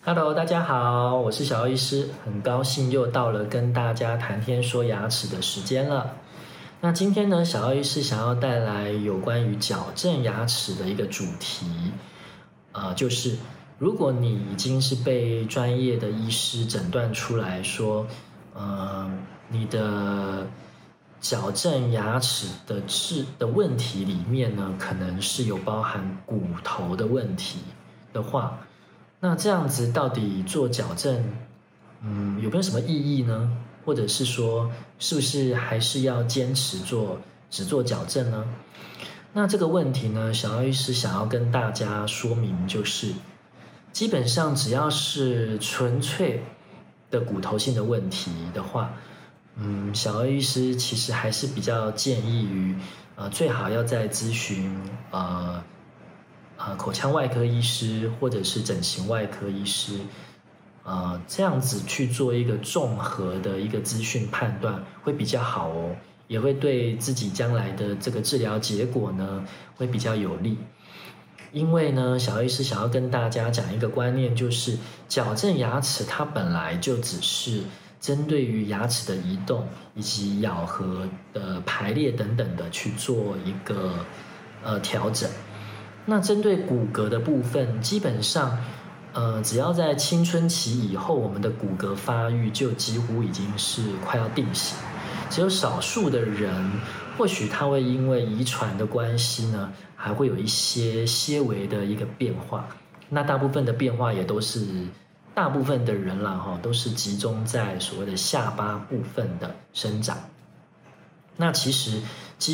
Hello，大家好，我是小医师，很高兴又到了跟大家谈天说牙齿的时间了。那今天呢，小医师想要带来有关于矫正牙齿的一个主题，就是如果你已经是被专业的医师诊断出来说，你的矫正牙齿的问题里面呢，可能是有包含骨头的问题的话。那这样子到底做矫正，有没有什么意义呢？或者是说，是不是还是要坚持只做矫正呢？那这个问题呢，小奥医师想要跟大家说明，就是基本上只要是纯粹的骨头性的问题的话，小奥医师其实还是比较建议于，最好要在咨询口腔外科医师或者是整形外科医师，这样子去做一个综合的一个资讯判断会比较好哦，也会对自己将来的这个治疗结果呢会比较有利。因为呢，小医师想要跟大家讲一个观念，就是矫正牙齿它本来就只是针对于牙齿的移动以及咬合的排列等等的去做一个调整。那针对骨骼的部分，基本上，只要在青春期以后，我们的骨骼发育就几乎已经是快要定型。只有少数的人，或许他会因为遗传的关系呢，还会有一些些微的一个变化。那大部分的变化也都是，大部分的人啦哈，都是集中在所谓的下巴部分的生长。那其实几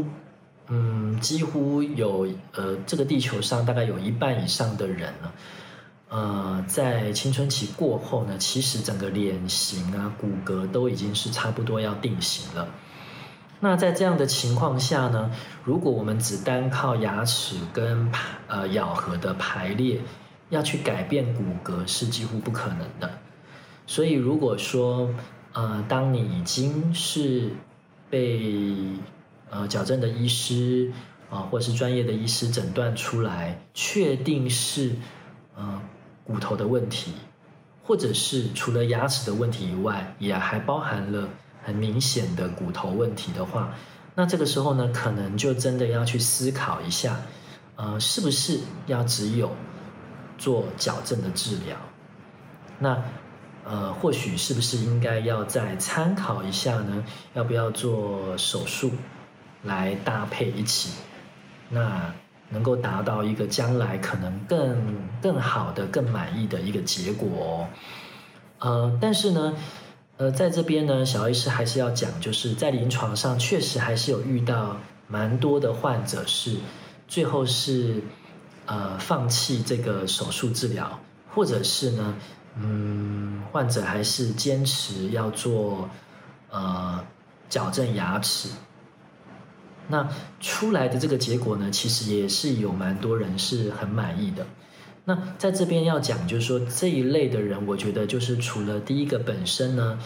乎有这个地球上大概有一半以上的人呢，在青春期过后呢，其实整个脸型啊、骨骼都已经是差不多要定型了。那在这样的情况下呢，如果我们只单靠牙齿跟咬合的排列，要去改变骨骼是几乎不可能的。所以如果说当你已经是被矫正的医师或是专业的医师诊断出来，确定是骨头的问题，或者是除了牙齿的问题以外，也还包含了很明显的骨头问题的话，那这个时候呢，可能就真的要去思考一下，是不是要只有做矫正的治疗？那或许是不是应该要再参考一下呢？要不要做手术来搭配一起？那能够达到一个将来可能更好的、更满意的一个结果哦。但是呢，在这边呢，小医师还是要讲，就是在临床上确实还是有遇到蛮多的患者是最后是放弃这个手术治疗，或者是呢，患者还是坚持要做矫正牙齿。那出来的这个结果呢，其实也是有蛮多人是很满意的。那在这边要讲，就是说这一类的人，我觉得就是除了第一个本身呢，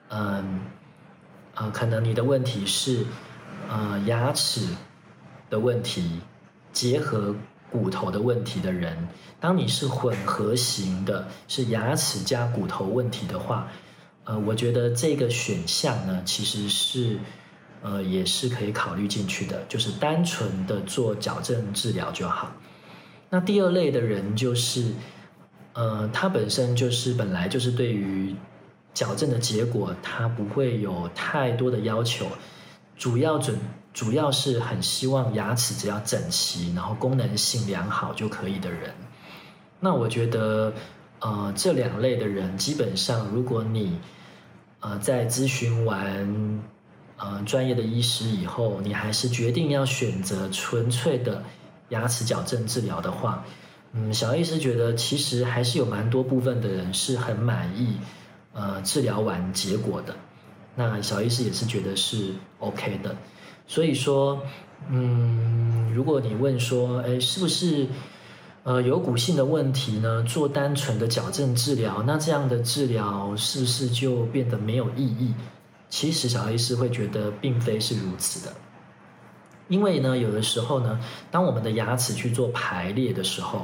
可能你的问题是牙齿的问题结合骨头的问题的人，当你是混合型的，是牙齿加骨头问题的话，我觉得这个选项呢，其实是也是可以考虑进去的，就是单纯的做矫正治疗就好。那第二类的人就是，他本身就是本来就是对于矫正的结果，他不会有太多的要求，主要是很希望牙齿只要整齐，然后功能性良好就可以的人。那我觉得，这两类的人基本上，如果你在咨询完专业的医师以后，你还是决定要选择纯粹的牙齿矫正治疗的话，小医师觉得其实还是有蛮多部分的人是很满意治疗完结果的。那小医师也是觉得是 OK 的。所以说，如果你问说，是不是有骨性的问题呢？做单纯的矫正治疗，那这样的治疗是不是就变得没有意义？其实小医师会觉得并非是如此的。因为呢，有的时候呢，当我们的牙齿去做排列的时候，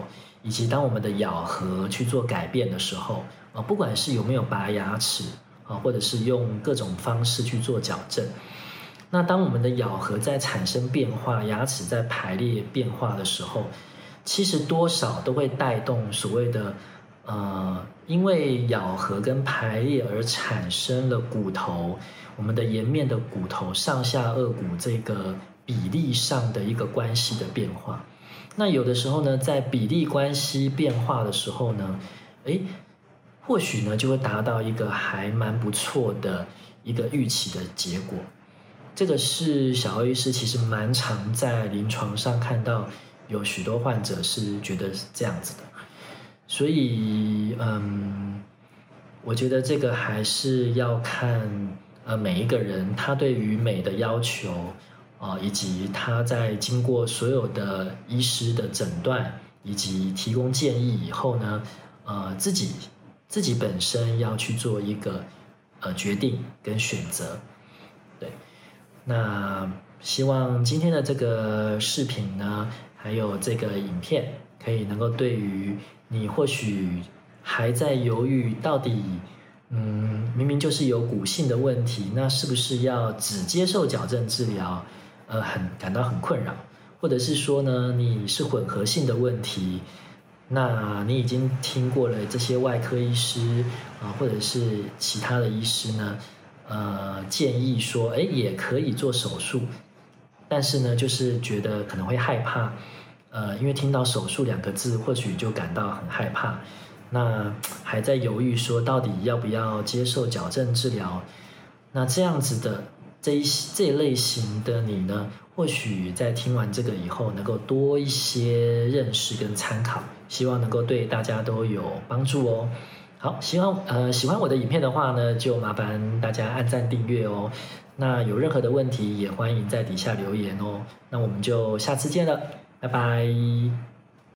以及当我们的咬合去做改变的时候，不管是有没有拔牙齿或者是用各种方式去做矫正，那当我们的咬合在产生变化，牙齿在排列变化的时候，其实多少都会带动所谓的因为咬合跟排列而产生了骨头，我们的颜面的骨头上下颚骨这个比例上的一个关系的变化。那有的时候呢，在比例关系变化的时候呢，或许呢就会达到一个还蛮不错的一个预期的结果。这个是小欧医师其实蛮常在临床上看到有许多患者是觉得是这样子的，所以我觉得这个还是要看每一个人他对于美的要求以及他在经过所有的医师的诊断以及提供建议以后呢，自己本身要去做一个决定跟选择。对，那希望今天的这个视频呢，还有这个影片，可以能够对于你或许还在犹豫到底明明就是有骨性的问题，那是不是要只接受矫正治疗感到很困扰，或者是说呢你是混合性的问题，那你已经听过了这些外科医师或者是其他的医师呢建议说也可以做手术，但是呢就是觉得可能会害怕因为听到手术2个字或许就感到很害怕，那还在犹豫说到底要不要接受矫正治疗。那这样子的这一类型的你呢，或许在听完这个以后能够多一些认识跟参考，希望能够对大家都有帮助哦。好，喜欢我的影片的话呢，就麻烦大家按赞订阅哦。那有任何的问题也欢迎在底下留言哦。那我们就下次见了，拜拜。